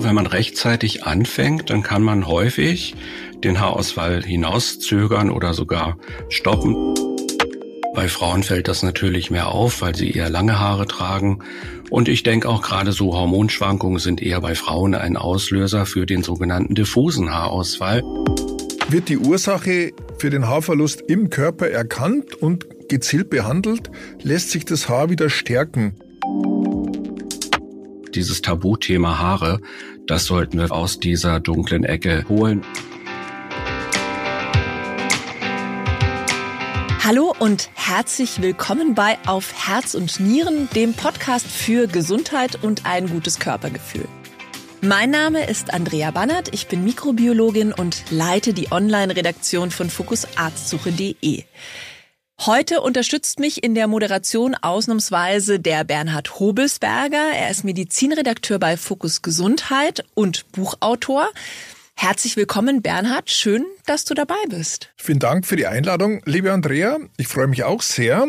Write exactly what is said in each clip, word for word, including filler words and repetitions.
wenn man rechtzeitig anfängt, dann kann man häufig den Haarausfall hinauszögern oder sogar stoppen. Bei Frauen fällt das natürlich mehr auf, weil sie eher lange Haare tragen. Und ich denke auch gerade so Hormonschwankungen sind eher bei Frauen ein Auslöser für den sogenannten diffusen Haarausfall. Wird die Ursache für den Haarverlust im Körper erkannt und gezielt behandelt, lässt sich das Haar wieder stärken. Dieses Tabuthema Haare, das sollten wir aus dieser dunklen Ecke holen. Hallo und herzlich willkommen bei Auf Herz und Nieren, dem Podcast für Gesundheit und ein gutes Körpergefühl. Mein Name ist Andrea Bannert, ich bin Mikrobiologin und leite die Online-Redaktion von fokus arztsuche punkt de. Heute unterstützt mich in der Moderation ausnahmsweise der Bernhard Hobelsberger. Er ist Medizinredakteur bei Fokus Gesundheit und Buchautor. Herzlich willkommen, Bernhard. Schön, dass du dabei bist. Vielen Dank für die Einladung, liebe Andrea. Ich freue mich auch sehr.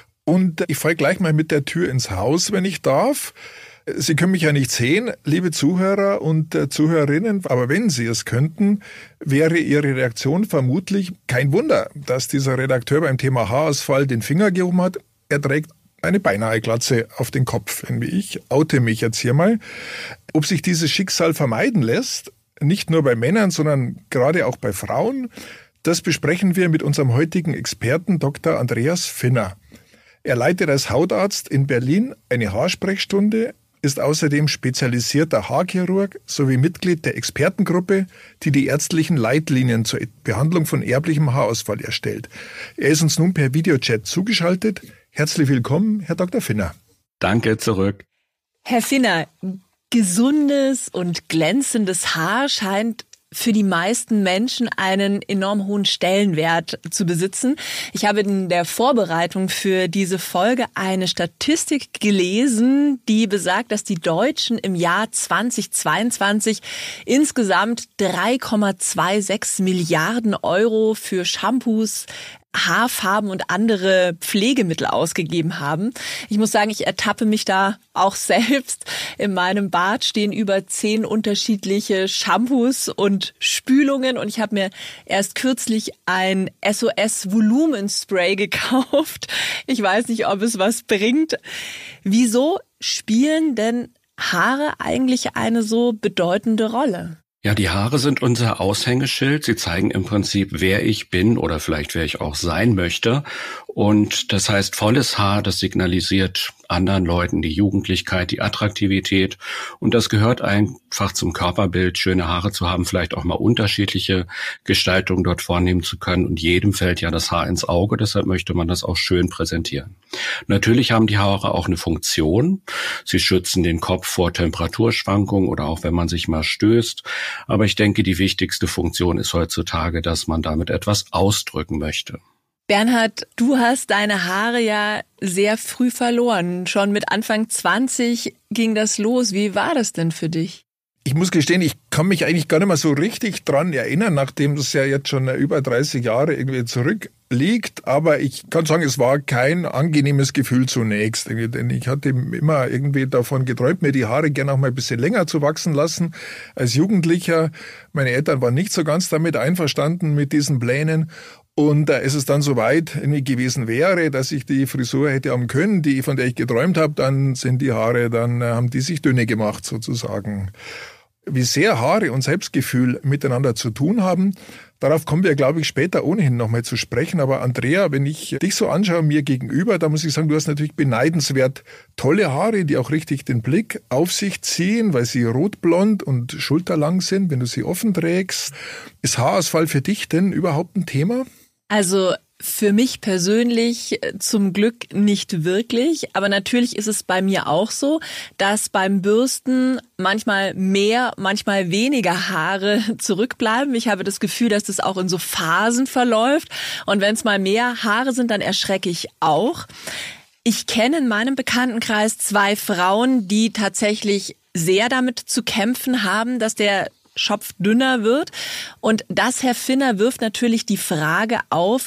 Und ich falle gleich mal mit der Tür ins Haus, wenn ich darf. Sie können mich ja nicht sehen, liebe Zuhörer und Zuhörerinnen, aber wenn Sie es könnten, wäre Ihre Reaktion vermutlich kein Wunder, dass dieser Redakteur beim Thema Haarausfall den Finger gehoben hat. Er trägt eine beinahe Glatze auf den Kopf, wie ich oute mich jetzt hier mal. Ob sich dieses Schicksal vermeiden lässt, nicht nur bei Männern, sondern gerade auch bei Frauen, das besprechen wir mit unserem heutigen Experten Doktor Andreas Finner. Er leitet als Hautarzt in Berlin eine Haarsprechstunde, ist außerdem spezialisierter Haarchirurg sowie Mitglied der Expertengruppe, die die ärztlichen Leitlinien zur Behandlung von erblichem Haarausfall erstellt. Er ist uns nun per Videochat zugeschaltet. Herzlich willkommen, Herr Doktor Finner. Danke, zurück. Herr Finner, gesundes und glänzendes Haar scheint für die meisten Menschen einen enorm hohen Stellenwert zu besitzen. Ich habe in der Vorbereitung für diese Folge eine Statistik gelesen, die besagt, dass die Deutschen im Jahr zweitausendzweiundzwanzig insgesamt drei Komma sechsundzwanzig Milliarden Euro für Shampoos, Haarfarben und andere Pflegemittel ausgegeben haben. Ich muss sagen, ich ertappe mich da auch selbst. In meinem Bad stehen über zehn unterschiedliche Shampoos und Spülungen und ich habe mir erst kürzlich ein S O S-Volumenspray gekauft. Ich weiß nicht, ob es was bringt. Wieso spielen denn Haare eigentlich eine so bedeutende Rolle? Ja, die Haare sind unser Aushängeschild. Sie zeigen im Prinzip, wer ich bin oder vielleicht wer ich auch sein möchte. Und das heißt, volles Haar, das signalisiert anderen Leuten die Jugendlichkeit, die Attraktivität. Und das gehört einfach zum Körperbild, schöne Haare zu haben, vielleicht auch mal unterschiedliche Gestaltungen dort vornehmen zu können. Und jedem fällt ja das Haar ins Auge, deshalb möchte man das auch schön präsentieren. Natürlich haben die Haare auch eine Funktion. Sie schützen den Kopf vor Temperaturschwankungen oder auch wenn man sich mal stößt. Aber ich denke, die wichtigste Funktion ist heutzutage, dass man damit etwas ausdrücken möchte. Bernhard, du hast deine Haare ja sehr früh verloren. Schon mit Anfang zwanzig ging das los. Wie war das denn für dich? Ich muss gestehen, ich kann mich eigentlich gar nicht mehr so richtig dran erinnern, nachdem das ja jetzt schon über dreißig Jahre irgendwie zurückliegt. Aber ich kann sagen, es war kein angenehmes Gefühl zunächst. Denn ich hatte immer irgendwie davon geträumt, mir die Haare gerne auch mal ein bisschen länger zu wachsen lassen. Als Jugendlicher, meine Eltern waren nicht so ganz damit einverstanden mit diesen Plänen. Und als es dann soweit gewesen wäre, dass ich die Frisur hätte haben können, die von der ich geträumt habe, dann sind die Haare, dann haben die sich dünne gemacht sozusagen. Wie sehr Haare und Selbstgefühl miteinander zu tun haben, darauf kommen wir, glaube ich, später ohnehin nochmal zu sprechen. Aber Andrea, wenn ich dich so anschaue, mir gegenüber, da muss ich sagen, du hast natürlich beneidenswert tolle Haare, die auch richtig den Blick auf sich ziehen, weil sie rotblond und schulterlang sind, wenn du sie offen trägst. Ist Haarausfall für dich denn überhaupt ein Thema? Also für mich persönlich zum Glück nicht wirklich, aber natürlich ist es bei mir auch so, dass beim Bürsten manchmal mehr, manchmal weniger Haare zurückbleiben. Ich habe das Gefühl, dass das auch in so Phasen verläuft und wenn es mal mehr Haare sind, dann erschrecke ich auch. Ich kenne in meinem Bekanntenkreis zwei Frauen, die tatsächlich sehr damit zu kämpfen haben, dass der Schopf dünner wird. Und das, Herr Finner, wirft natürlich die Frage auf,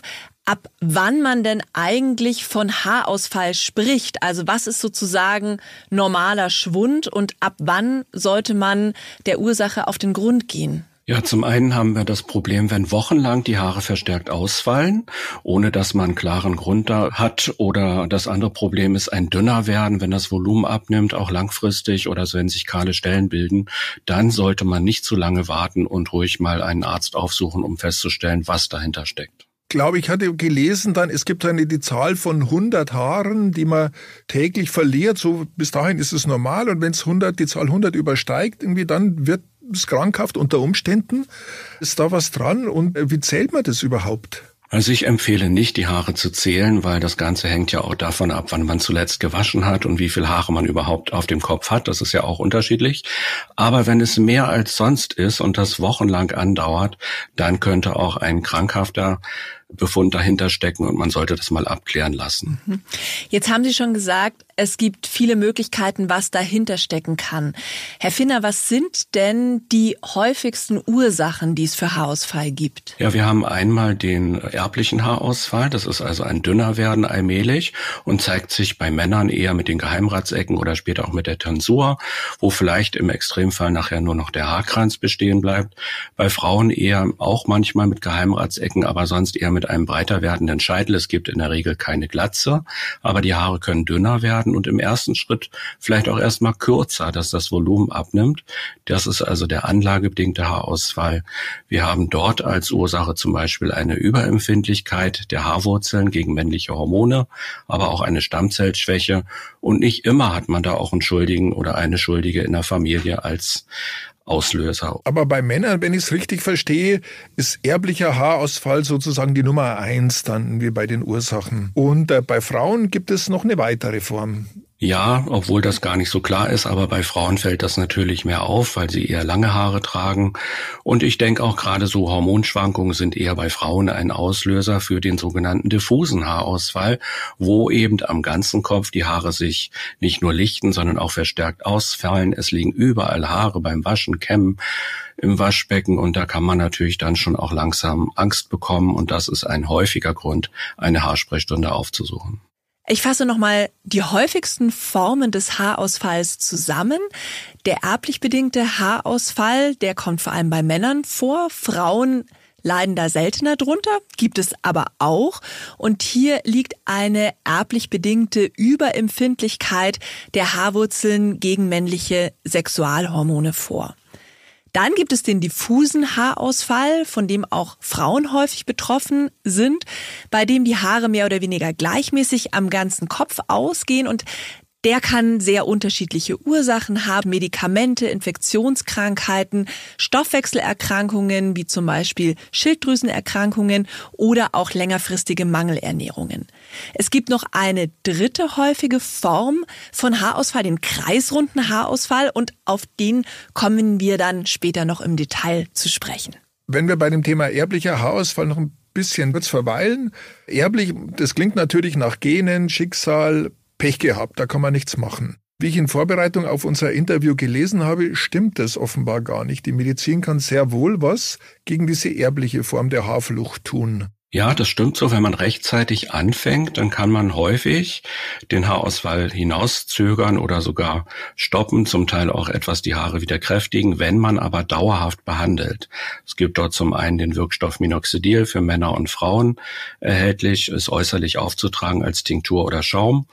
ab wann man denn eigentlich von Haarausfall spricht. Also was ist sozusagen normaler Schwund und ab wann sollte man der Ursache auf den Grund gehen? Ja, zum einen haben wir das Problem, wenn wochenlang die Haare verstärkt ausfallen, ohne dass man einen klaren Grund da hat. Oder das andere Problem ist ein dünner werden, wenn das Volumen abnimmt, auch langfristig, oder wenn sich kahle Stellen bilden. Dann sollte man nicht zu lange warten und ruhig mal einen Arzt aufsuchen, um festzustellen, was dahinter steckt. Ich glaube, ich hatte gelesen dann, es gibt eine die Zahl von hundert Haaren, die man täglich verliert. So bis dahin ist es normal. Und wenn es hundert, die Zahl hundert übersteigt, irgendwie dann wird es krankhaft unter Umständen. Ist da was dran? Und wie zählt man das überhaupt? Also ich empfehle nicht, die Haare zu zählen, weil das Ganze hängt ja auch davon ab, wann man zuletzt gewaschen hat und wie viel Haare man überhaupt auf dem Kopf hat. Das ist ja auch unterschiedlich. Aber wenn es mehr als sonst ist und das wochenlang andauert, dann könnte auch ein krankhafter Befund dahinter stecken und man sollte das mal abklären lassen. Jetzt haben Sie schon gesagt, es gibt viele Möglichkeiten, was dahinter stecken kann. Herr Finner, was sind denn die häufigsten Ursachen, die es für Haarausfall gibt? Ja, wir haben einmal den erblichen Haarausfall. Das ist also ein dünner werden allmählich und zeigt sich bei Männern eher mit den Geheimratsecken oder später auch mit der Tonsur, wo vielleicht im Extremfall nachher nur noch der Haarkranz bestehen bleibt. Bei Frauen eher auch manchmal mit Geheimratsecken, aber sonst eher mit einem breiter werdenden Scheitel. Es gibt in der Regel keine Glatze, aber die Haare können dünner werden und im ersten Schritt vielleicht auch erstmal kürzer, dass das Volumen abnimmt. Das ist also der anlagebedingte Haarausfall. Wir haben dort als Ursache zum Beispiel eine Überempfindlichkeit der Haarwurzeln gegen männliche Hormone, aber auch eine Stammzellschwäche. Und nicht immer hat man da auch einen Schuldigen oder eine Schuldige in der Familie als Auslöser. Aber bei Männern, wenn ich es richtig verstehe, ist erblicher Haarausfall sozusagen die Nummer eins dann wie bei den Ursachen. Und äh, bei Frauen gibt es noch eine weitere Form. Ja, obwohl das gar nicht so klar ist, aber bei Frauen fällt das natürlich mehr auf, weil sie eher lange Haare tragen. Und ich denke auch gerade so Hormonschwankungen sind eher bei Frauen ein Auslöser für den sogenannten diffusen Haarausfall, wo eben am ganzen Kopf die Haare sich nicht nur lichten, sondern auch verstärkt ausfallen. Es liegen überall Haare beim Waschen, Kämmen, im Waschbecken und da kann man natürlich dann schon auch langsam Angst bekommen und das ist ein häufiger Grund, eine Haarsprechstunde aufzusuchen. Ich fasse nochmal die häufigsten Formen des Haarausfalls zusammen. Der erblich bedingte Haarausfall, der kommt vor allem bei Männern vor. Frauen leiden da seltener drunter, gibt es aber auch. Und hier liegt eine erblich bedingte Überempfindlichkeit der Haarwurzeln gegen männliche Sexualhormone vor. Dann gibt es den diffusen Haarausfall, von dem auch Frauen häufig betroffen sind, bei dem die Haare mehr oder weniger gleichmäßig am ganzen Kopf ausgehen und der kann sehr unterschiedliche Ursachen haben, Medikamente, Infektionskrankheiten, Stoffwechselerkrankungen wie zum Beispiel Schilddrüsenerkrankungen oder auch längerfristige Mangelernährungen. Es gibt noch eine dritte häufige Form von Haarausfall, den kreisrunden Haarausfall und auf den kommen wir dann später noch im Detail zu sprechen. Wenn wir bei dem Thema erblicher Haarausfall noch ein bisschen kurz verweilen, erblich, das klingt natürlich nach Genen, Schicksal, Pech gehabt, da kann man nichts machen. Wie ich in Vorbereitung auf unser Interview gelesen habe, stimmt das offenbar gar nicht. Die Medizin kann sehr wohl was gegen diese erbliche Form der Haarflucht tun. Ja, das stimmt so. Wenn man rechtzeitig anfängt, dann kann man häufig den Haarausfall hinauszögern oder sogar stoppen, zum Teil auch etwas die Haare wieder kräftigen, wenn man aber dauerhaft behandelt. Es gibt dort zum einen den Wirkstoff Minoxidil für Männer und Frauen erhältlich, ist äußerlich aufzutragen als Tinktur oder Schaum.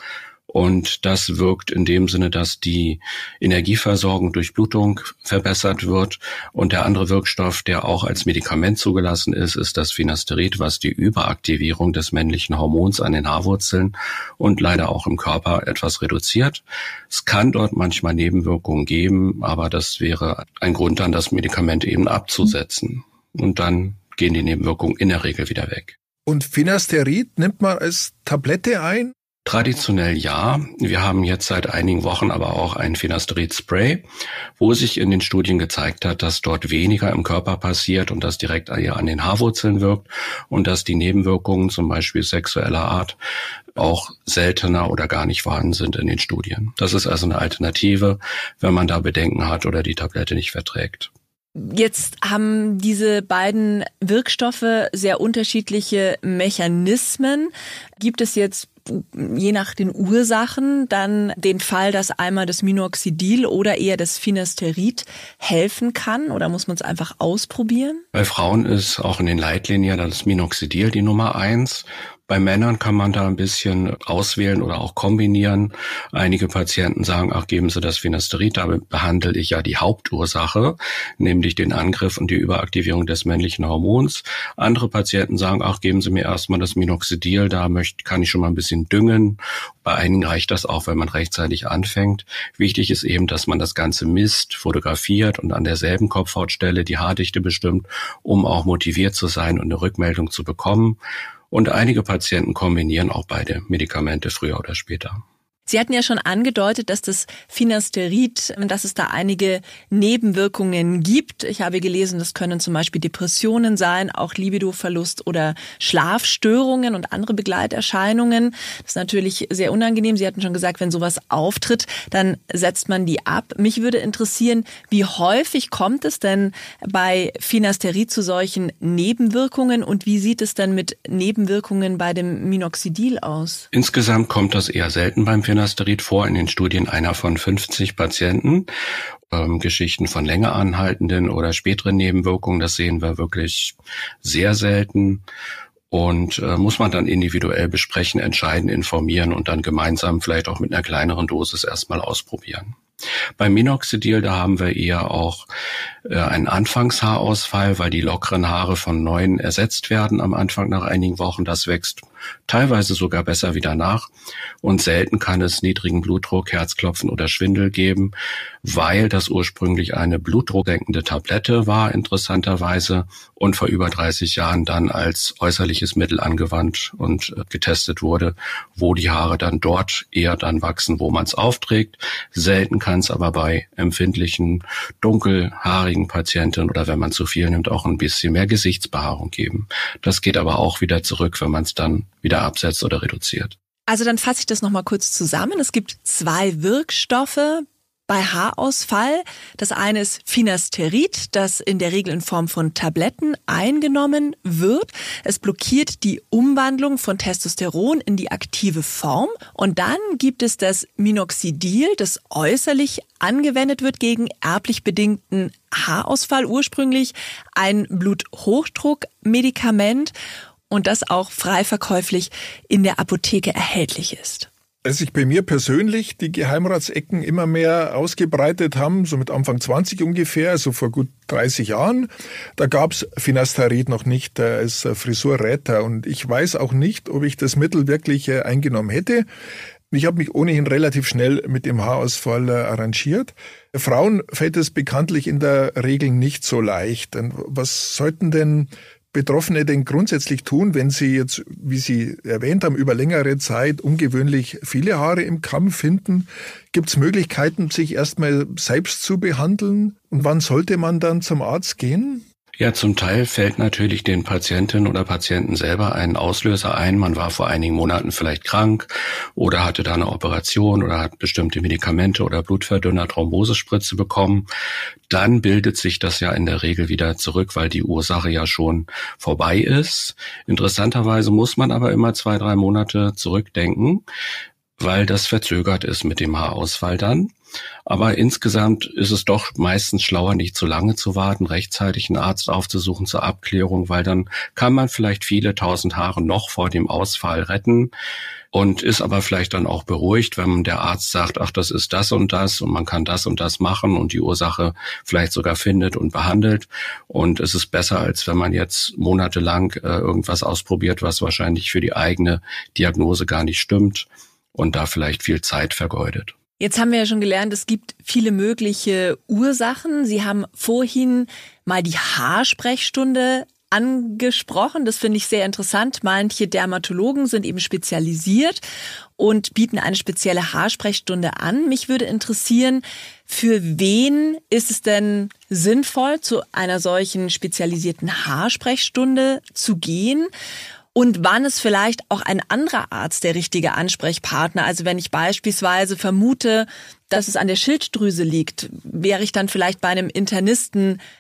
Und das wirkt in dem Sinne, dass die Energieversorgung durch Blutung verbessert wird. Und der andere Wirkstoff, der auch als Medikament zugelassen ist, ist das Finasterid, was die Überaktivierung des männlichen Hormons an den Haarwurzeln und leider auch im Körper etwas reduziert. Es kann dort manchmal Nebenwirkungen geben, aber das wäre ein Grund dann, das Medikament eben abzusetzen. Und dann gehen die Nebenwirkungen in der Regel wieder weg. Und Finasterid nimmt man als Tablette ein? Traditionell ja. Wir haben jetzt seit einigen Wochen aber auch ein Finasterid-Spray, wo sich in den Studien gezeigt hat, dass dort weniger im Körper passiert und das direkt eher an den Haarwurzeln wirkt und dass die Nebenwirkungen, zum Beispiel sexueller Art, auch seltener oder gar nicht vorhanden sind in den Studien. Das ist also eine Alternative, wenn man da Bedenken hat oder die Tablette nicht verträgt. Jetzt haben diese beiden Wirkstoffe sehr unterschiedliche Mechanismen. Gibt es jetzt je nach den Ursachen dann den Fall, dass einmal das Minoxidil oder eher das Finasterid helfen kann, oder muss man es einfach ausprobieren? Bei Frauen ist auch in den Leitlinien das Minoxidil die Nummer eins. Bei Männern kann man da ein bisschen auswählen oder auch kombinieren. Einige Patienten sagen, ach, geben Sie das Finasterid, damit behandle ich ja die Hauptursache, nämlich den Angriff und die Überaktivierung des männlichen Hormons. Andere Patienten sagen, ach, geben Sie mir erstmal das Minoxidil, da möchte, kann ich schon mal ein bisschen düngen. Bei einigen reicht das auch, wenn man rechtzeitig anfängt. Wichtig ist eben, dass man das Ganze misst, fotografiert und an derselben Kopfhautstelle die Haardichte bestimmt, um auch motiviert zu sein und eine Rückmeldung zu bekommen. Und einige Patienten kombinieren auch beide Medikamente früher oder später. Sie hatten ja schon angedeutet, dass das Finasterid, dass es da einige Nebenwirkungen gibt. Ich habe gelesen, das können zum Beispiel Depressionen sein, auch Libidoverlust oder Schlafstörungen und andere Begleiterscheinungen. Das ist natürlich sehr unangenehm. Sie hatten schon gesagt, wenn sowas auftritt, dann setzt man die ab. Mich würde interessieren, wie häufig kommt es denn bei Finasterid zu solchen Nebenwirkungen und wie sieht es denn mit Nebenwirkungen bei dem Minoxidil aus? Insgesamt kommt das eher selten beim Finasterid vor, in den Studien einer von fünfzig Patienten. Ähm, Geschichten von länger anhaltenden oder späteren Nebenwirkungen, das sehen wir wirklich sehr selten. Und äh, muss man dann individuell besprechen, entscheiden, informieren und dann gemeinsam vielleicht auch mit einer kleineren Dosis erstmal ausprobieren. Beim Minoxidil, da haben wir eher auch äh, einen Anfangshaarausfall, weil die lockeren Haare von neuen ersetzt werden am Anfang nach einigen Wochen. Das wächst teilweise sogar besser wieder nach. Und selten kann es niedrigen Blutdruck, Herzklopfen oder Schwindel geben, weil das ursprünglich eine blutdrucksenkende Tablette war, interessanterweise, und vor über dreißig Jahren dann als äußerliches Mittel angewandt und äh, getestet wurde, wo die Haare dann dort eher dann wachsen, wo man es aufträgt. Selten kann es aber bei empfindlichen, dunkelhaarigen Patienten oder wenn man zu viel nimmt, auch ein bisschen mehr Gesichtsbehaarung geben. Das geht aber auch wieder zurück, wenn man es dann wieder absetzt oder reduziert. Also dann fasse ich das nochmal kurz zusammen. Es gibt zwei Wirkstoffe bei Haarausfall. Das eine ist Finasterid, das in der Regel in Form von Tabletten eingenommen wird. Es blockiert die Umwandlung von Testosteron in die aktive Form. Und dann gibt es das Minoxidil, das äußerlich angewendet wird gegen erblich bedingten Haarausfall. Ursprünglich ein Bluthochdruckmedikament und das auch frei verkäuflich in der Apotheke erhältlich ist. Als sich bei mir persönlich die Geheimratsecken immer mehr ausgebreitet haben, so mit Anfang zwanzig ungefähr, also vor gut dreißig Jahren, da gab's Finasterid noch nicht als Frisurretter. Und ich weiß auch nicht, ob ich das Mittel wirklich eingenommen hätte. Ich habe mich ohnehin relativ schnell mit dem Haarausfall arrangiert. Frauen fällt es bekanntlich in der Regel nicht so leicht. Und was sollten denn Betroffene denn grundsätzlich tun, wenn sie jetzt, wie Sie erwähnt haben, über längere Zeit ungewöhnlich viele Haare im Kamm finden? Gibt es Möglichkeiten, sich erstmal selbst zu behandeln? Und wann sollte man dann zum Arzt gehen? Ja, zum Teil fällt natürlich den Patientinnen oder Patienten selber ein Auslöser ein. Man war vor einigen Monaten vielleicht krank oder hatte da eine Operation oder hat bestimmte Medikamente oder Blutverdünner, Thrombosespritze bekommen. Dann bildet sich das ja in der Regel wieder zurück, weil die Ursache ja schon vorbei ist. Interessanterweise muss man aber immer zwei, drei Monate zurückdenken, weil das verzögert ist mit dem Haarausfall dann. Aber insgesamt ist es doch meistens schlauer, nicht zu lange zu warten, rechtzeitig einen Arzt aufzusuchen zur Abklärung, weil dann kann man vielleicht viele tausend Haare noch vor dem Ausfall retten und ist aber vielleicht dann auch beruhigt, wenn der Arzt sagt, ach, das ist das und das und man kann das und das machen und die Ursache vielleicht sogar findet und behandelt. Und es ist besser, als wenn man jetzt monatelang äh, irgendwas ausprobiert, was wahrscheinlich für die eigene Diagnose gar nicht stimmt und da vielleicht viel Zeit vergeudet. Jetzt haben wir ja schon gelernt, es gibt viele mögliche Ursachen. Sie haben vorhin mal die Haarsprechstunde angesprochen. Das finde ich sehr interessant. Manche Dermatologen sind eben spezialisiert und bieten eine spezielle Haarsprechstunde an. Mich würde interessieren, für wen ist es denn sinnvoll, zu einer solchen spezialisierten Haarsprechstunde zu gehen? Und wann ist vielleicht auch ein anderer Arzt der richtige Ansprechpartner? Also wenn ich beispielsweise vermute, dass es an der Schilddrüse liegt, wäre ich dann vielleicht bei einem Internisten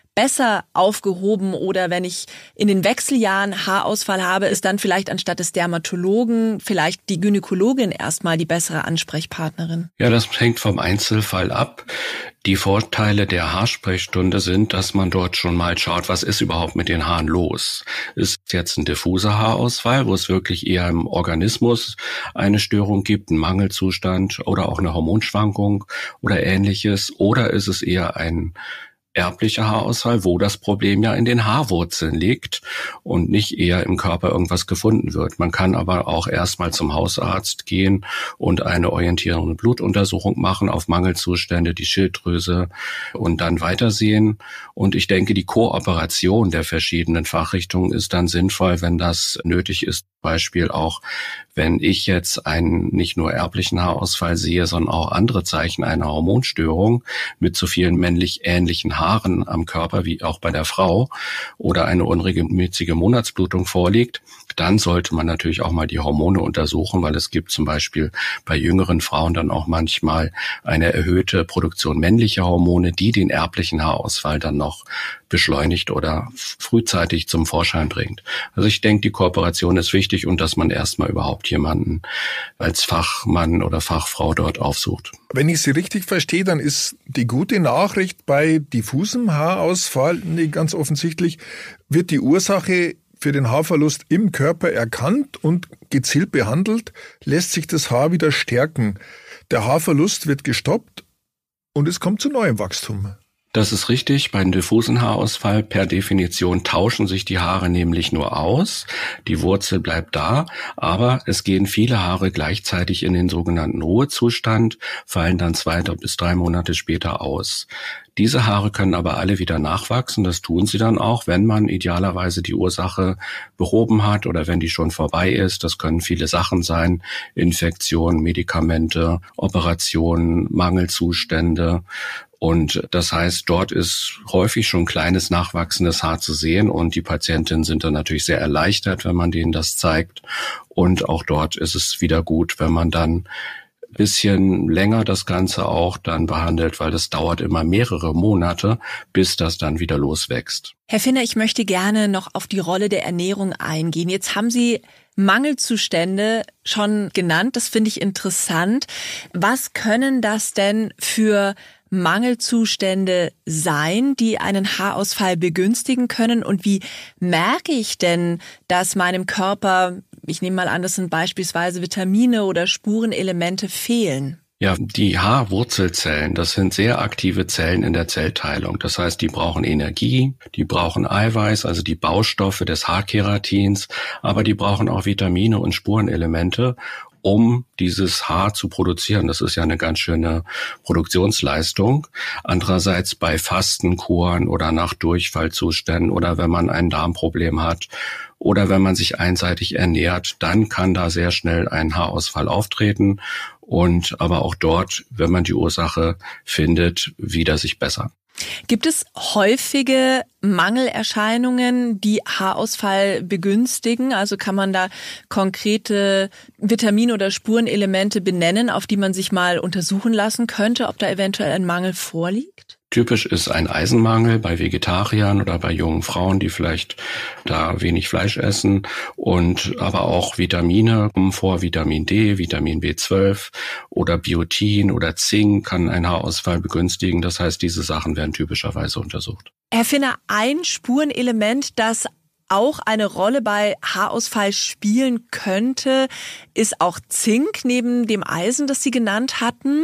besser aufgehoben oder wenn ich in den Wechseljahren Haarausfall habe, ist dann vielleicht anstatt des Dermatologen vielleicht die Gynäkologin erstmal die bessere Ansprechpartnerin? Ja, das hängt vom Einzelfall ab. Die Vorteile der Haarsprechstunde sind, dass man dort schon mal schaut, was ist überhaupt mit den Haaren los. Ist jetzt ein diffuser Haarausfall, wo es wirklich eher im Organismus eine Störung gibt, einen Mangelzustand oder auch eine Hormonschwankung oder Ähnliches, oder ist es eher ein erblicher Haarausfall, wo das Problem ja in den Haarwurzeln liegt und nicht eher im Körper irgendwas gefunden wird. Man kann aber auch erstmal zum Hausarzt gehen und eine orientierende Blutuntersuchung machen auf Mangelzustände, die Schilddrüse und dann weitersehen. Und ich denke, die Kooperation der verschiedenen Fachrichtungen ist dann sinnvoll, wenn das nötig ist. Beispiel auch, wenn ich jetzt einen nicht nur erblichen Haarausfall sehe, sondern auch andere Zeichen einer Hormonstörung mit zu vielen männlich ähnlichen Haaren am Körper, wie auch bei der Frau, oder eine unregelmäßige Monatsblutung vorliegt, dann sollte man natürlich auch mal die Hormone untersuchen, weil es gibt zum Beispiel bei jüngeren Frauen dann auch manchmal eine erhöhte Produktion männlicher Hormone, die den erblichen Haarausfall dann noch beschleunigt oder frühzeitig zum Vorschein bringt. Also ich denke, die Kooperation ist wichtig und dass man erstmal überhaupt jemanden als Fachmann oder Fachfrau dort aufsucht. Wenn ich Sie richtig verstehe, dann ist die gute Nachricht bei diffusem Haarausfall, nee, ganz offensichtlich, wird die Ursache für den Haarverlust im Körper erkannt und gezielt behandelt, lässt sich das Haar wieder stärken. Der Haarverlust wird gestoppt und es kommt zu neuem Wachstum. Das ist richtig. Bei einem diffusen Haarausfall per Definition tauschen sich die Haare nämlich nur aus. Die Wurzel bleibt da, aber es gehen viele Haare gleichzeitig in den sogenannten Ruhezustand, fallen dann zwei bis drei Monate später aus. Diese Haare können aber alle wieder nachwachsen. Das tun sie dann auch, wenn man idealerweise die Ursache behoben hat oder wenn die schon vorbei ist. Das können viele Sachen sein: Infektionen, Medikamente, Operationen, Mangelzustände. Und das heißt, dort ist häufig schon kleines nachwachsendes Haar zu sehen und die Patientinnen sind dann natürlich sehr erleichtert, wenn man denen das zeigt. Und auch dort ist es wieder gut, wenn man dann ein bisschen länger das Ganze auch dann behandelt, weil das dauert immer mehrere Monate, bis das dann wieder loswächst. Herr Finner, ich möchte gerne noch auf die Rolle der Ernährung eingehen. Jetzt haben Sie Mangelzustände schon genannt. Das finde ich interessant. Was können das denn für Mangelzustände sein, die einen Haarausfall begünstigen können? Und wie merke ich denn, dass meinem Körper, ich nehme mal an, das sind beispielsweise Vitamine oder Spurenelemente, fehlen? Ja, die Haarwurzelzellen, das sind sehr aktive Zellen in der Zellteilung. Das heißt, die brauchen Energie, die brauchen Eiweiß, also die Baustoffe des Haarkeratins, aber die brauchen auch Vitamine und Spurenelemente, um dieses Haar zu produzieren. Das ist ja eine ganz schöne Produktionsleistung. Andererseits bei Fastenkuren oder nach Durchfallzuständen oder wenn man ein Darmproblem hat oder wenn man sich einseitig ernährt, dann kann da sehr schnell ein Haarausfall auftreten und aber auch dort, wenn man die Ursache findet, wieder sich bessern. Gibt es häufige Mangelerscheinungen, die Haarausfall begünstigen? Also kann man da konkrete Vitamine oder Spurenelemente benennen, auf die man sich mal untersuchen lassen könnte, ob da eventuell ein Mangel vorliegt? Typisch ist ein Eisenmangel bei Vegetariern oder bei jungen Frauen, die vielleicht da wenig Fleisch essen, und aber auch Vitamine kommen vor, Vitamin D, Vitamin B zwölf oder Biotin oder Zink kann einen Haarausfall begünstigen. Das heißt, diese Sachen werden typischerweise untersucht. Herr Finner, ein Spurenelement, das auch eine Rolle bei Haarausfall spielen könnte, ist auch Zink neben dem Eisen, das Sie genannt hatten.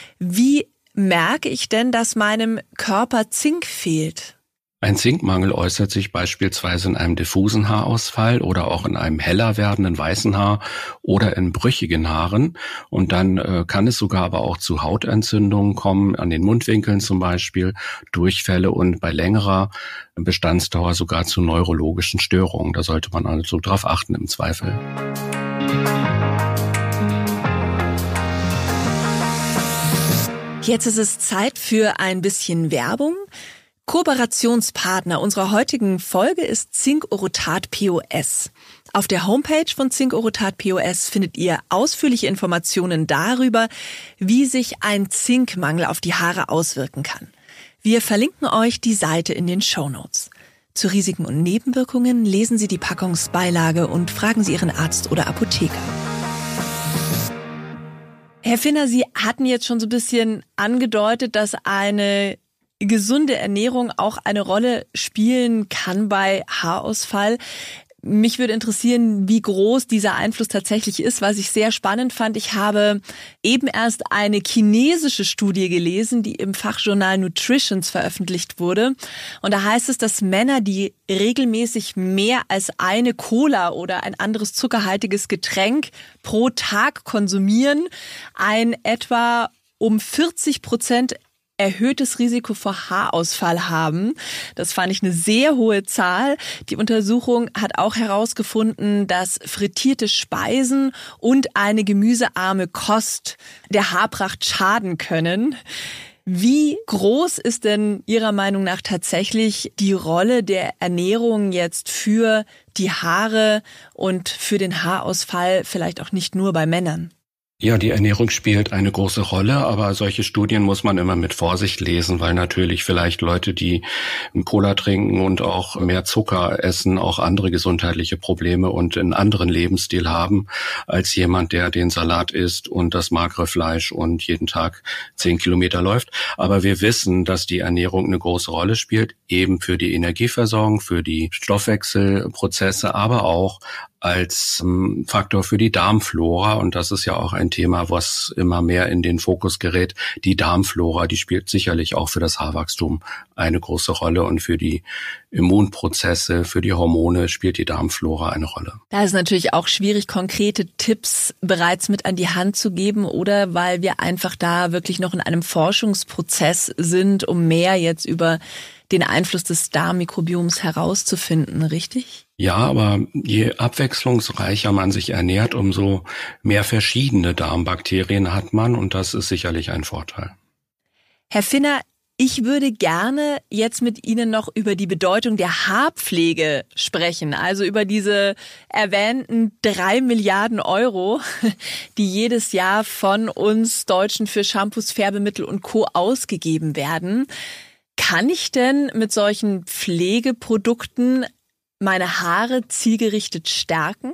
Wie merke ich denn, dass meinem Körper Zink fehlt? Ein Zinkmangel äußert sich beispielsweise in einem diffusen Haarausfall oder auch in einem heller werdenden weißen Haar oder in brüchigen Haaren. Und dann äh, kann es sogar aber auch zu Hautentzündungen kommen, an den Mundwinkeln zum Beispiel, Durchfälle und bei längerer Bestandsdauer sogar zu neurologischen Störungen. Da sollte man also drauf achten im Zweifel. Jetzt ist es Zeit für ein bisschen Werbung. Kooperationspartner unserer heutigen Folge ist Zink Orotat P O S. Auf der Homepage von Zink Orotat P O S findet ihr ausführliche Informationen darüber, wie sich ein Zinkmangel auf die Haare auswirken kann. Wir verlinken euch die Seite in den Shownotes. Zu Risiken und Nebenwirkungen lesen Sie die Packungsbeilage und fragen Sie Ihren Arzt oder Apotheker. Herr Finner, Sie hatten jetzt schon so ein bisschen angedeutet, dass eine gesunde Ernährung auch eine Rolle spielen kann bei Haarausfall. Mich würde interessieren, wie groß dieser Einfluss tatsächlich ist, was ich sehr spannend fand. Ich habe eben erst eine chinesische Studie gelesen, die im Fachjournal Nutritions veröffentlicht wurde. Und da heißt es, dass Männer, die regelmäßig mehr als eine Cola oder ein anderes zuckerhaltiges Getränk pro Tag konsumieren, ein etwa um vierzig Prozent erhöhtes Risiko vor Haarausfall haben. Das fand ich eine sehr hohe Zahl. Die Untersuchung hat auch herausgefunden, dass frittierte Speisen und eine gemüsearme Kost der Haarpracht schaden können. Wie groß ist denn Ihrer Meinung nach tatsächlich die Rolle der Ernährung jetzt für die Haare und für den Haarausfall, vielleicht auch nicht nur bei Männern? Ja, die Ernährung spielt eine große Rolle, aber solche Studien muss man immer mit Vorsicht lesen, weil natürlich vielleicht Leute, die Cola trinken und auch mehr Zucker essen, auch andere gesundheitliche Probleme und einen anderen Lebensstil haben als jemand, der den Salat isst und das magere Fleisch und jeden Tag zehn Kilometer läuft. Aber wir wissen, dass die Ernährung eine große Rolle spielt, eben für die Energieversorgung, für die Stoffwechselprozesse, aber auch als Faktor für die Darmflora. Und das ist ja auch ein Thema, was immer mehr in den Fokus gerät. Die Darmflora, die spielt sicherlich auch für das Haarwachstum eine große Rolle. Und für die Immunprozesse, für die Hormone spielt die Darmflora eine Rolle. Da ist natürlich auch schwierig, konkrete Tipps bereits mit an die Hand zu geben, oder weil wir einfach da wirklich noch in einem Forschungsprozess sind, um mehr jetzt über den Einfluss des Darmmikrobioms herauszufinden, richtig? Ja, aber je abwechslungsreicher man sich ernährt, umso mehr verschiedene Darmbakterien hat man, und das ist sicherlich ein Vorteil. Herr Finner, ich würde gerne jetzt mit Ihnen noch über die Bedeutung der Haarpflege sprechen, also über diese erwähnten drei Milliarden Euro, die jedes Jahr von uns Deutschen für Shampoos, Färbemittel und Co. ausgegeben werden. Kann ich denn mit solchen Pflegeprodukten meine Haare zielgerichtet stärken?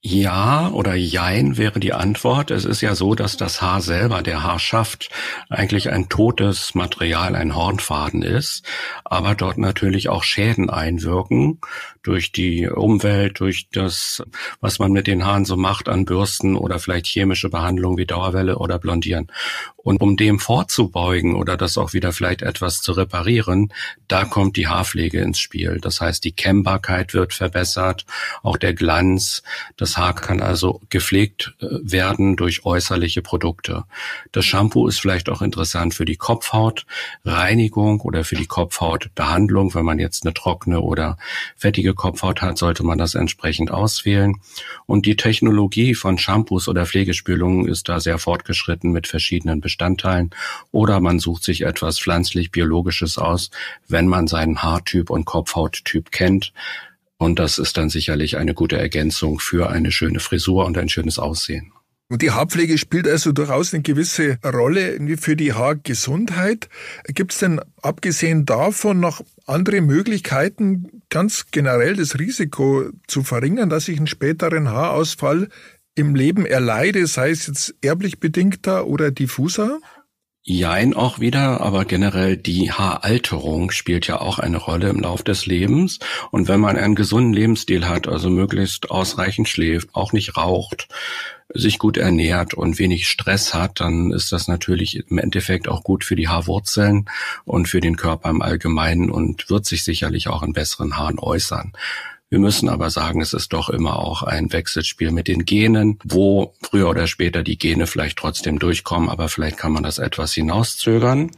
Ja oder jein wäre die Antwort. Es ist ja so, dass das Haar selber, der Haarschaft, eigentlich ein totes Material, ein Hornfaden ist, aber dort natürlich auch Schäden einwirken durch die Umwelt, durch das, was man mit den Haaren so macht an Bürsten oder vielleicht chemische Behandlungen wie Dauerwelle oder Blondieren. Und um dem vorzubeugen oder das auch wieder vielleicht etwas zu reparieren, da kommt die Haarpflege ins Spiel. Das heißt, die Kämmbarkeit wird verbessert, auch der Glanz. Das Haar kann also gepflegt werden durch äußerliche Produkte. Das Shampoo ist vielleicht auch interessant für die Kopfhautreinigung oder für die Kopfhautbehandlung. Wenn man jetzt eine trockene oder fettige Kopfhaut hat, sollte man das entsprechend auswählen. Und die Technologie von Shampoos oder Pflegespülungen ist da sehr fortgeschritten mit verschiedenen Bestandteilen. Oder man sucht sich etwas pflanzlich-biologisches aus, wenn man seinen Haartyp und Kopfhauttyp kennt. Und das ist dann sicherlich eine gute Ergänzung für eine schöne Frisur und ein schönes Aussehen. Und die Haarpflege spielt also durchaus eine gewisse Rolle irgendwie für die Haargesundheit. Gibt es denn abgesehen davon noch andere Möglichkeiten, ganz generell das Risiko zu verringern, dass ich einen späteren Haarausfall im Leben erleide, sei es jetzt erblich bedingter oder diffuser? Jein auch wieder, aber generell die Haaralterung spielt ja auch eine Rolle im Lauf des Lebens. Und wenn man einen gesunden Lebensstil hat, also möglichst ausreichend schläft, auch nicht raucht, sich gut ernährt und wenig Stress hat, dann ist das natürlich im Endeffekt auch gut für die Haarwurzeln und für den Körper im Allgemeinen und wird sich sicherlich auch in besseren Haaren äußern. Wir müssen aber sagen, es ist doch immer auch ein Wechselspiel mit den Genen, wo früher oder später die Gene vielleicht trotzdem durchkommen, aber vielleicht kann man das etwas hinauszögern.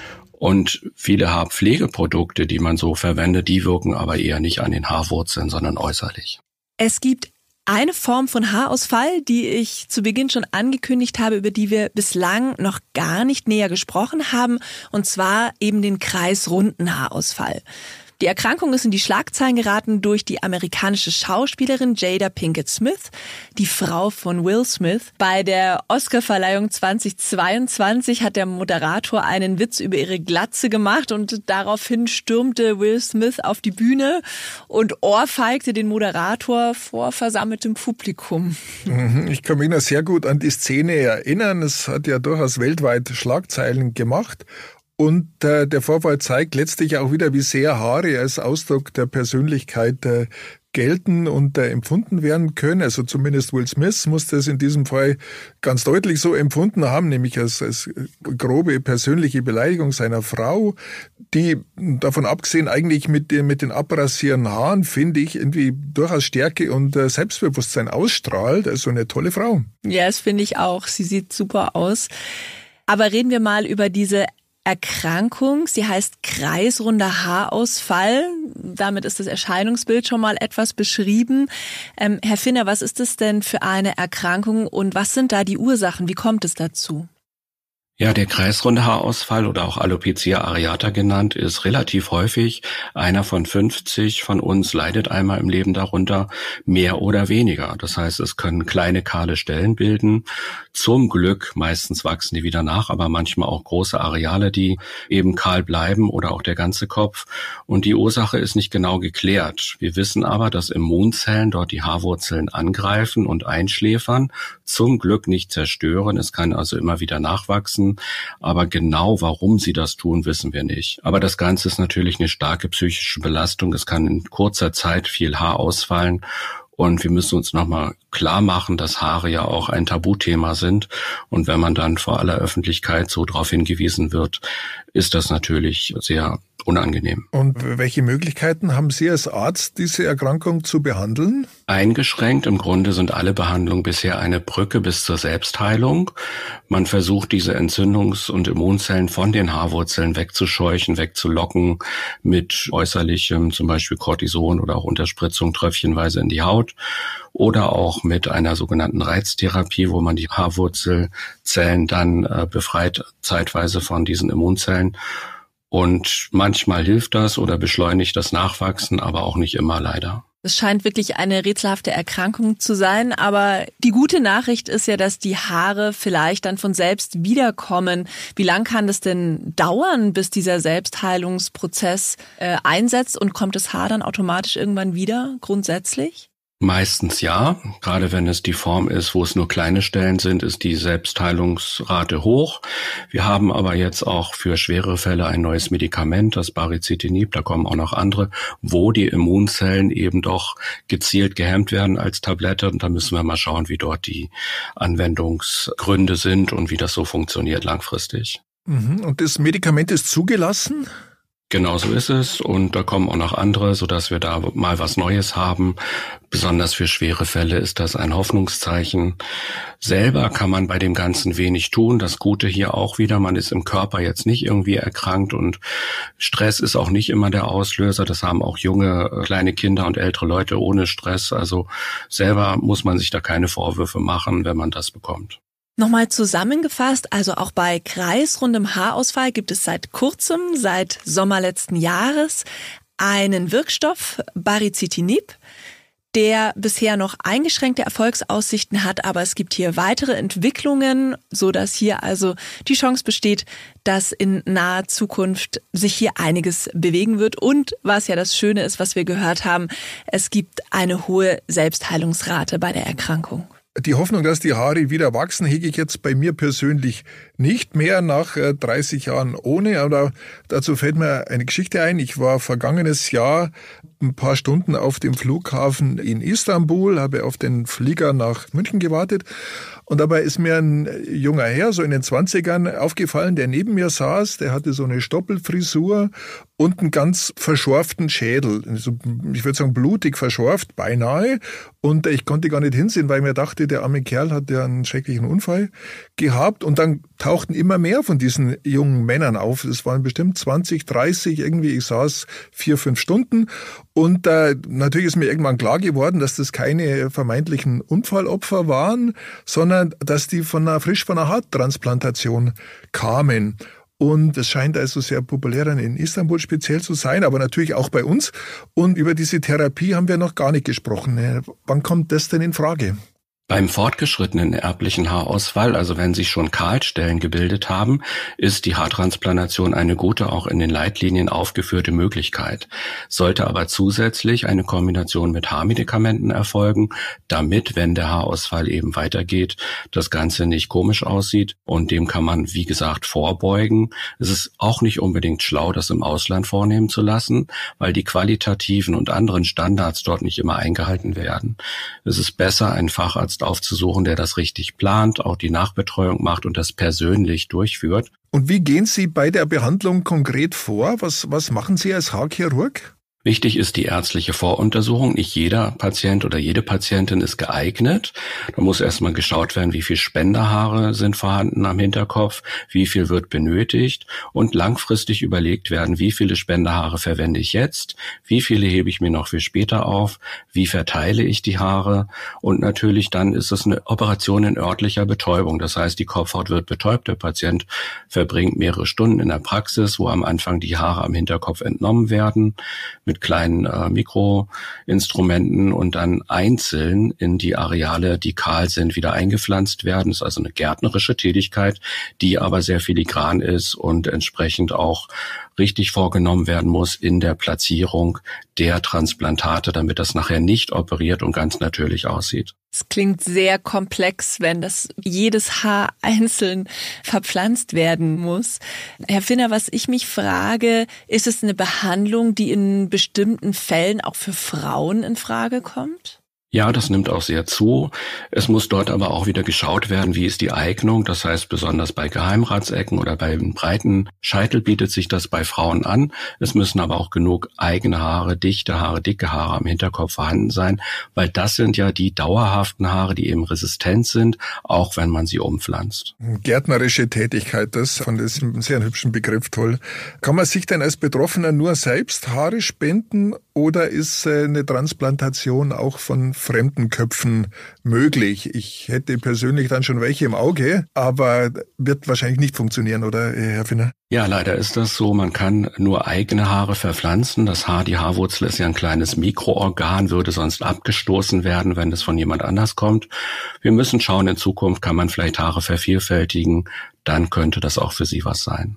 Und viele Haarpflegeprodukte, die man so verwendet, die wirken aber eher nicht an den Haarwurzeln, sondern äußerlich. Es gibt eine Form von Haarausfall, die ich zu Beginn schon angekündigt habe, über die wir bislang noch gar nicht näher gesprochen haben, und zwar eben den kreisrunden Haarausfall. Die Erkrankung ist in die Schlagzeilen geraten durch die amerikanische Schauspielerin Jada Pinkett Smith, die Frau von Will Smith. Bei der Oscarverleihung zweitausendzweiundzwanzig hat der Moderator einen Witz über ihre Glatze gemacht und daraufhin stürmte Will Smith auf die Bühne und ohrfeigte den Moderator vor versammeltem Publikum. Ich kann mich noch sehr gut an die Szene erinnern. Es hat ja durchaus weltweit Schlagzeilen gemacht. Und äh, der Vorfall zeigt letztlich auch wieder, wie sehr Haare als Ausdruck der Persönlichkeit äh, gelten und äh, empfunden werden können. Also zumindest Will Smith musste es in diesem Fall ganz deutlich so empfunden haben, nämlich als, als grobe persönliche Beleidigung seiner Frau, die davon abgesehen eigentlich mit, mit den abrasierten Haaren, finde ich, irgendwie durchaus Stärke und äh, Selbstbewusstsein ausstrahlt. Also eine tolle Frau. Ja, das finde ich auch. Sie sieht super aus. Aber reden wir mal über diese Erkrankung. Sie heißt kreisrunder Haarausfall. Damit ist das Erscheinungsbild schon mal etwas beschrieben. Ähm, Herr Finner, was ist das denn für eine Erkrankung und was sind da die Ursachen? Wie kommt es dazu? Ja, der kreisrunde Haarausfall oder auch Alopecia areata genannt ist relativ häufig. Einer von fünfzig von uns leidet einmal im Leben darunter, mehr oder weniger. Das heißt, es können kleine kahle Stellen bilden. Zum Glück, meistens wachsen die wieder nach, aber manchmal auch große Areale, die eben kahl bleiben oder auch der ganze Kopf. Und die Ursache ist nicht genau geklärt. Wir wissen aber, dass Immunzellen dort die Haarwurzeln angreifen und einschläfern, zum Glück nicht zerstören. Es kann also immer wieder nachwachsen. Aber genau warum sie das tun, wissen wir nicht. Aber das Ganze ist natürlich eine starke psychische Belastung. Es kann in kurzer Zeit viel Haar ausfallen. Und wir müssen uns nochmal klar machen, dass Haare ja auch ein Tabuthema sind. Und wenn man dann vor aller Öffentlichkeit so darauf hingewiesen wird, ist das natürlich sehr unangenehm. Und welche Möglichkeiten haben Sie als Arzt, diese Erkrankung zu behandeln? Eingeschränkt. Im Grunde sind alle Behandlungen bisher eine Brücke bis zur Selbstheilung. Man versucht, diese Entzündungs- und Immunzellen von den Haarwurzeln wegzuscheuchen, wegzulocken mit äußerlichem, zum Beispiel Cortison oder auch Unterspritzung tröpfchenweise in die Haut oder auch mit einer sogenannten Reiztherapie, wo man die Haarwurzelzellen dann äh, befreit zeitweise von diesen Immunzellen. Und manchmal hilft das oder beschleunigt das Nachwachsen, aber auch nicht immer leider. Es scheint wirklich eine rätselhafte Erkrankung zu sein, aber die gute Nachricht ist ja, dass die Haare vielleicht dann von selbst wiederkommen. Wie lang kann das denn dauern, bis dieser Selbstheilungsprozess äh, einsetzt und kommt das Haar dann automatisch irgendwann wieder, grundsätzlich? Meistens ja. Gerade wenn es die Form ist, wo es nur kleine Stellen sind, ist die Selbstheilungsrate hoch. Wir haben aber jetzt auch für schwere Fälle ein neues Medikament, das Baricitinib, da kommen auch noch andere, wo die Immunzellen eben doch gezielt gehemmt werden als Tablette. Und da müssen wir mal schauen, wie dort die Anwendungsgründe sind und wie das so funktioniert langfristig. Und das Medikament ist zugelassen? Genau so ist es und da kommen auch noch andere, sodass wir da mal was Neues haben. Besonders für schwere Fälle ist das ein Hoffnungszeichen. Selber kann man bei dem Ganzen wenig tun. Das Gute hier auch wieder, man ist im Körper jetzt nicht irgendwie erkrankt und Stress ist auch nicht immer der Auslöser. Das haben auch junge, kleine Kinder und ältere Leute ohne Stress. Also selber muss man sich da keine Vorwürfe machen, wenn man das bekommt. Nochmal zusammengefasst, also auch bei kreisrundem Haarausfall gibt es seit kurzem, seit Sommer letzten Jahres, einen Wirkstoff, Baricitinib, der bisher noch eingeschränkte Erfolgsaussichten hat, aber es gibt hier weitere Entwicklungen, so dass hier also die Chance besteht, dass in naher Zukunft sich hier einiges bewegen wird. Und was ja das Schöne ist, was wir gehört haben, es gibt eine hohe Selbstheilungsrate bei der Erkrankung. Die Hoffnung, dass die Haare wieder wachsen, hege ich jetzt bei mir persönlich nicht mehr nach dreißig Jahren ohne. Aber dazu fällt mir eine Geschichte ein. Ich war vergangenes Jahr ein paar Stunden auf dem Flughafen in Istanbul, habe auf den Flieger nach München gewartet. Und dabei ist mir ein junger Herr, so in den Zwanzigern, aufgefallen, der neben mir saß. Der hatte so eine Stoppelfrisur und einen ganz verschorften Schädel. Ich würde sagen, blutig verschorft, beinahe. Und ich konnte gar nicht hinsehen, weil ich mir dachte, der arme Kerl hat ja einen schrecklichen Unfall gehabt. Und dann tauchten immer mehr von diesen jungen Männern auf. Es waren bestimmt zwanzig, dreißig irgendwie. Ich saß vier, fünf Stunden. Und äh, natürlich ist mir irgendwann klar geworden, dass das keine vermeintlichen Unfallopfer waren, sondern dass die von einer, frisch von einer Haartransplantation kamen. Und es scheint also sehr populär dann in Istanbul speziell zu sein, aber natürlich auch bei uns. Und über diese Therapie haben wir noch gar nicht gesprochen. Wann kommt das denn in Frage? Beim fortgeschrittenen erblichen Haarausfall, also wenn sich schon Kahlstellen gebildet haben, ist die Haartransplantation eine gute, auch in den Leitlinien aufgeführte Möglichkeit. Sollte aber zusätzlich eine Kombination mit Haarmedikamenten erfolgen, damit, wenn der Haarausfall eben weitergeht, das Ganze nicht komisch aussieht, und dem kann man, wie gesagt, vorbeugen. Es ist auch nicht unbedingt schlau, das im Ausland vornehmen zu lassen, weil die qualitativen und anderen Standards dort nicht immer eingehalten werden. Es ist besser, einen Facharzt aufzusuchen, der das richtig plant, auch die Nachbetreuung macht und das persönlich durchführt. Und wie gehen Sie bei der Behandlung konkret vor? Was, was machen Sie als Haarchirurg? Wichtig ist die ärztliche Voruntersuchung. Nicht jeder Patient oder jede Patientin ist geeignet. Da muss erstmal geschaut werden, wie viel Spenderhaare sind vorhanden am Hinterkopf, wie viel wird benötigt, und langfristig überlegt werden, wie viele Spenderhaare verwende ich jetzt, wie viele hebe ich mir noch für später auf, wie verteile ich die Haare, und natürlich dann ist es eine Operation in örtlicher Betäubung. Das heißt, die Kopfhaut wird betäubt, der Patient verbringt mehrere Stunden in der Praxis, wo am Anfang die Haare am Hinterkopf entnommen werden, mit kleinen äh, Mikroinstrumenten, und dann einzeln in die Areale, die kahl sind, wieder eingepflanzt werden. Das ist also eine gärtnerische Tätigkeit, die aber sehr filigran ist und entsprechend auch richtig vorgenommen werden muss in der Platzierung der Transplantate, damit das nachher nicht operiert und ganz natürlich aussieht. Es klingt sehr komplex, wenn das jedes Haar einzeln verpflanzt werden muss. Herr Finner, was ich mich frage, ist es eine Behandlung, die in bestimmten Fällen auch für Frauen in Frage kommt? Ja, das nimmt auch sehr zu. Es muss dort aber auch wieder geschaut werden, wie ist die Eignung. Das heißt, besonders bei Geheimratsecken oder bei einem breiten Scheitel bietet sich das bei Frauen an. Es müssen aber auch genug eigene Haare, dichte Haare, dicke Haare am Hinterkopf vorhanden sein, weil das sind ja die dauerhaften Haare, die eben resistent sind, auch wenn man sie umpflanzt. Gärtnerische Tätigkeit, das fand ich einen sehr hübschen Begriff, toll. Kann man sich denn als Betroffener nur selbst Haare spenden, oder ist eine Transplantation auch von fremden Köpfen möglich? Ich hätte persönlich dann schon welche im Auge, aber wird wahrscheinlich nicht funktionieren, oder Herr Finner? Ja, leider ist das so. Man kann nur eigene Haare verpflanzen. Das Haar, die Haarwurzel ist ja ein kleines Mikroorgan, würde sonst abgestoßen werden, wenn es von jemand anders kommt. Wir müssen schauen, in Zukunft kann man vielleicht Haare vervielfältigen. Dann könnte das auch für Sie was sein.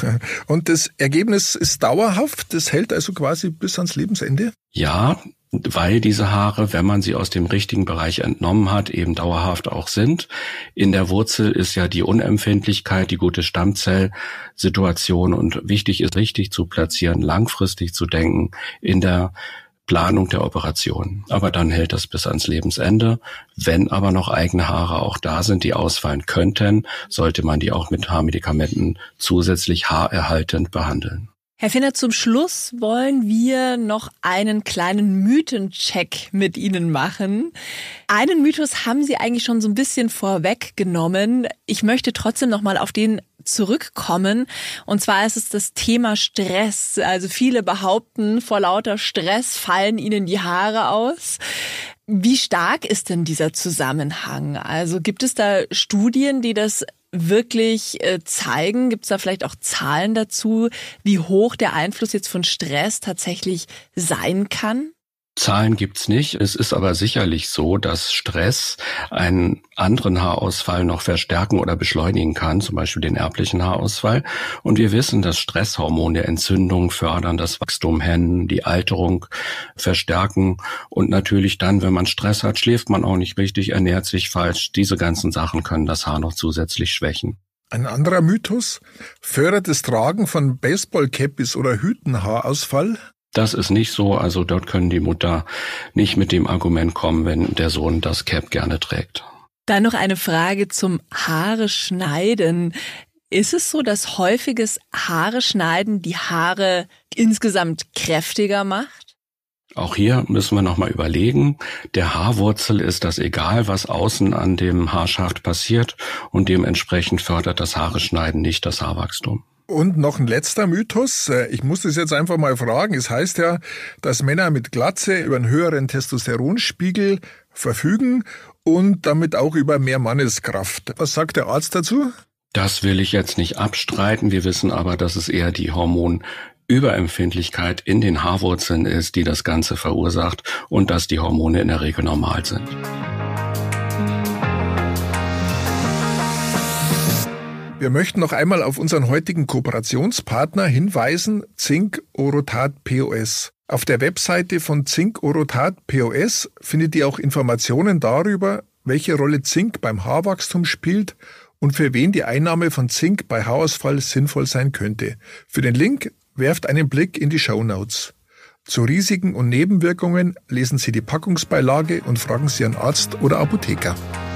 Und das Ergebnis ist dauerhaft? Das hält also quasi bis ans Lebensende? Ja, weil diese Haare, wenn man sie aus dem richtigen Bereich entnommen hat, eben dauerhaft auch sind. In der Wurzel ist ja die Unempfindlichkeit, die gute Stammzellsituation, und wichtig ist, richtig zu platzieren, langfristig zu denken in der Planung der Operation. Aber dann hält das bis ans Lebensende. Wenn aber noch eigene Haare auch da sind, die ausfallen könnten, sollte man die auch mit Haarmedikamenten zusätzlich haarerhaltend behandeln. Herr Finner, zum Schluss wollen wir noch einen kleinen Mythencheck mit Ihnen machen. Einen Mythos haben Sie eigentlich schon so ein bisschen vorweggenommen. Ich möchte trotzdem noch mal auf den zurückkommen. Und zwar ist es das Thema Stress. Also viele behaupten, vor lauter Stress fallen ihnen die Haare aus. Wie stark ist denn dieser Zusammenhang? Also gibt es da Studien, die das wirklich äh, zeigen? Gibt es da vielleicht auch Zahlen dazu, wie hoch der Einfluss jetzt von Stress tatsächlich sein kann? Zahlen gibt's nicht. Es ist aber sicherlich so, dass Stress einen anderen Haarausfall noch verstärken oder beschleunigen kann, zum Beispiel den erblichen Haarausfall. Und wir wissen, dass Stresshormone Entzündung fördern, das Wachstum hemmen, die Alterung verstärken. Und natürlich dann, wenn man Stress hat, schläft man auch nicht richtig, ernährt sich falsch. Diese ganzen Sachen können das Haar noch zusätzlich schwächen. Ein anderer Mythos: Fördert das Tragen von Baseballcappies oder Hüten Haarausfall? Das ist nicht so, also dort können die Mutter nicht mit dem Argument kommen, wenn der Sohn das Cap gerne trägt. Dann noch eine Frage zum Haare schneiden. Ist es so, dass häufiges Haare schneiden die Haare insgesamt kräftiger macht? Auch hier müssen wir nochmal überlegen. Der Haarwurzel ist das egal, was außen an dem Haarschaft passiert, und dementsprechend fördert das Haare schneiden nicht das Haarwachstum. Und noch ein letzter Mythos. Ich muss das jetzt einfach mal fragen. Es heißt ja, dass Männer mit Glatze über einen höheren Testosteronspiegel verfügen und damit auch über mehr Manneskraft. Was sagt der Arzt dazu? Das will ich jetzt nicht abstreiten. Wir wissen aber, dass es eher die Hormonüberempfindlichkeit in den Haarwurzeln ist, die das Ganze verursacht und dass die Hormone in der Regel normal sind. Wir möchten noch einmal auf unseren heutigen Kooperationspartner hinweisen, Zink Orotat P O S. Auf der Webseite von Zink Orotat P O S findet ihr auch Informationen darüber, welche Rolle Zink beim Haarwachstum spielt und für wen die Einnahme von Zink bei Haarausfall sinnvoll sein könnte. Für den Link werft einen Blick in die Shownotes. Zu Risiken und Nebenwirkungen lesen Sie die Packungsbeilage und fragen Sie Ihren Arzt oder Apotheker.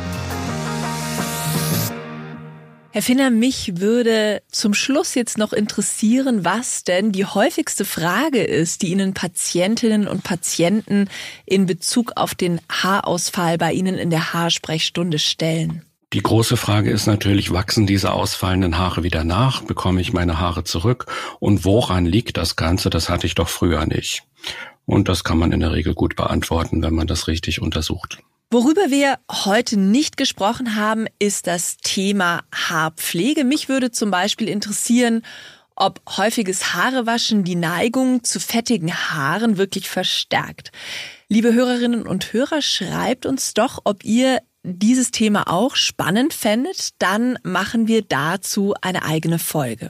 Herr Finner, mich würde zum Schluss jetzt noch interessieren, was denn die häufigste Frage ist, die Ihnen Patientinnen und Patienten in Bezug auf den Haarausfall bei Ihnen in der Haarsprechstunde stellen. Die große Frage ist natürlich, wachsen diese ausfallenden Haare wieder nach? Bekomme ich meine Haare zurück? Und woran liegt das Ganze? Das hatte ich doch früher nicht. Und das kann man in der Regel gut beantworten, wenn man das richtig untersucht. Worüber wir heute nicht gesprochen haben, ist das Thema Haarpflege. Mich würde zum Beispiel interessieren, ob häufiges Haarewaschen die Neigung zu fettigen Haaren wirklich verstärkt. Liebe Hörerinnen und Hörer, schreibt uns doch, ob ihr dieses Thema auch spannend fändet. Dann machen wir dazu eine eigene Folge.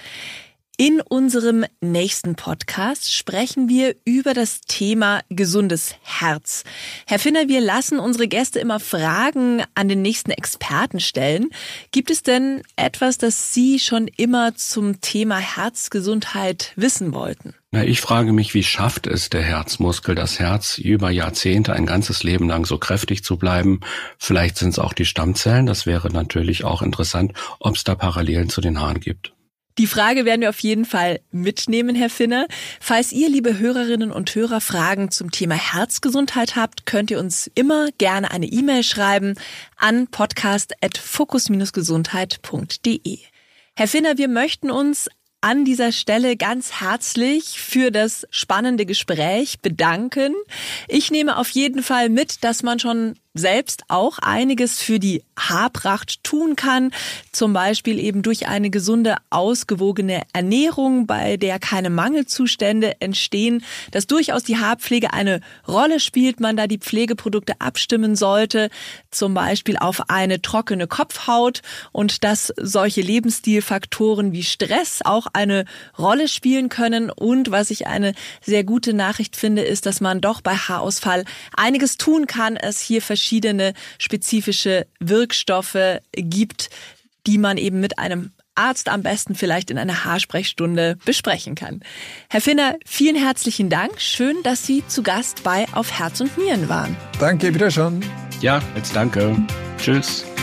In unserem nächsten Podcast sprechen wir über das Thema gesundes Herz. Herr Finner, wir lassen unsere Gäste immer Fragen an den nächsten Experten stellen. Gibt es denn etwas, das Sie schon immer zum Thema Herzgesundheit wissen wollten? Na, ich frage mich, wie schafft es der Herzmuskel, das Herz über Jahrzehnte, ein ganzes Leben lang so kräftig zu bleiben? Vielleicht sind es auch die Stammzellen. Das wäre natürlich auch interessant, ob es da Parallelen zu den Haaren gibt. Die Frage werden wir auf jeden Fall mitnehmen, Herr Finner. Falls ihr, liebe Hörerinnen und Hörer, Fragen zum Thema Herzgesundheit habt, könnt ihr uns immer gerne eine E-Mail schreiben an podcast at focus dash gesundheit punkt de. Herr Finner, wir möchten uns an dieser Stelle ganz herzlich für das spannende Gespräch bedanken. Ich nehme auf jeden Fall mit, dass man schon selbst auch einiges für die Haarpracht tun kann, zum Beispiel eben durch eine gesunde, ausgewogene Ernährung, bei der keine Mangelzustände entstehen, dass durchaus die Haarpflege eine Rolle spielt, man da die Pflegeprodukte abstimmen sollte, zum Beispiel auf eine trockene Kopfhaut und dass solche Lebensstilfaktoren wie Stress auch eine Rolle spielen können. Und was ich eine sehr gute Nachricht finde, ist, dass man doch bei Haarausfall einiges tun kann, es hier verschiedene verschiedene spezifische Wirkstoffe gibt, die man eben mit einem Arzt am besten vielleicht in einer Haarsprechstunde besprechen kann. Herr Finner, vielen herzlichen Dank. Schön, dass Sie zu Gast bei Auf Herz und Nieren waren. Danke, wiederschauen. Ja, jetzt danke. Tschüss.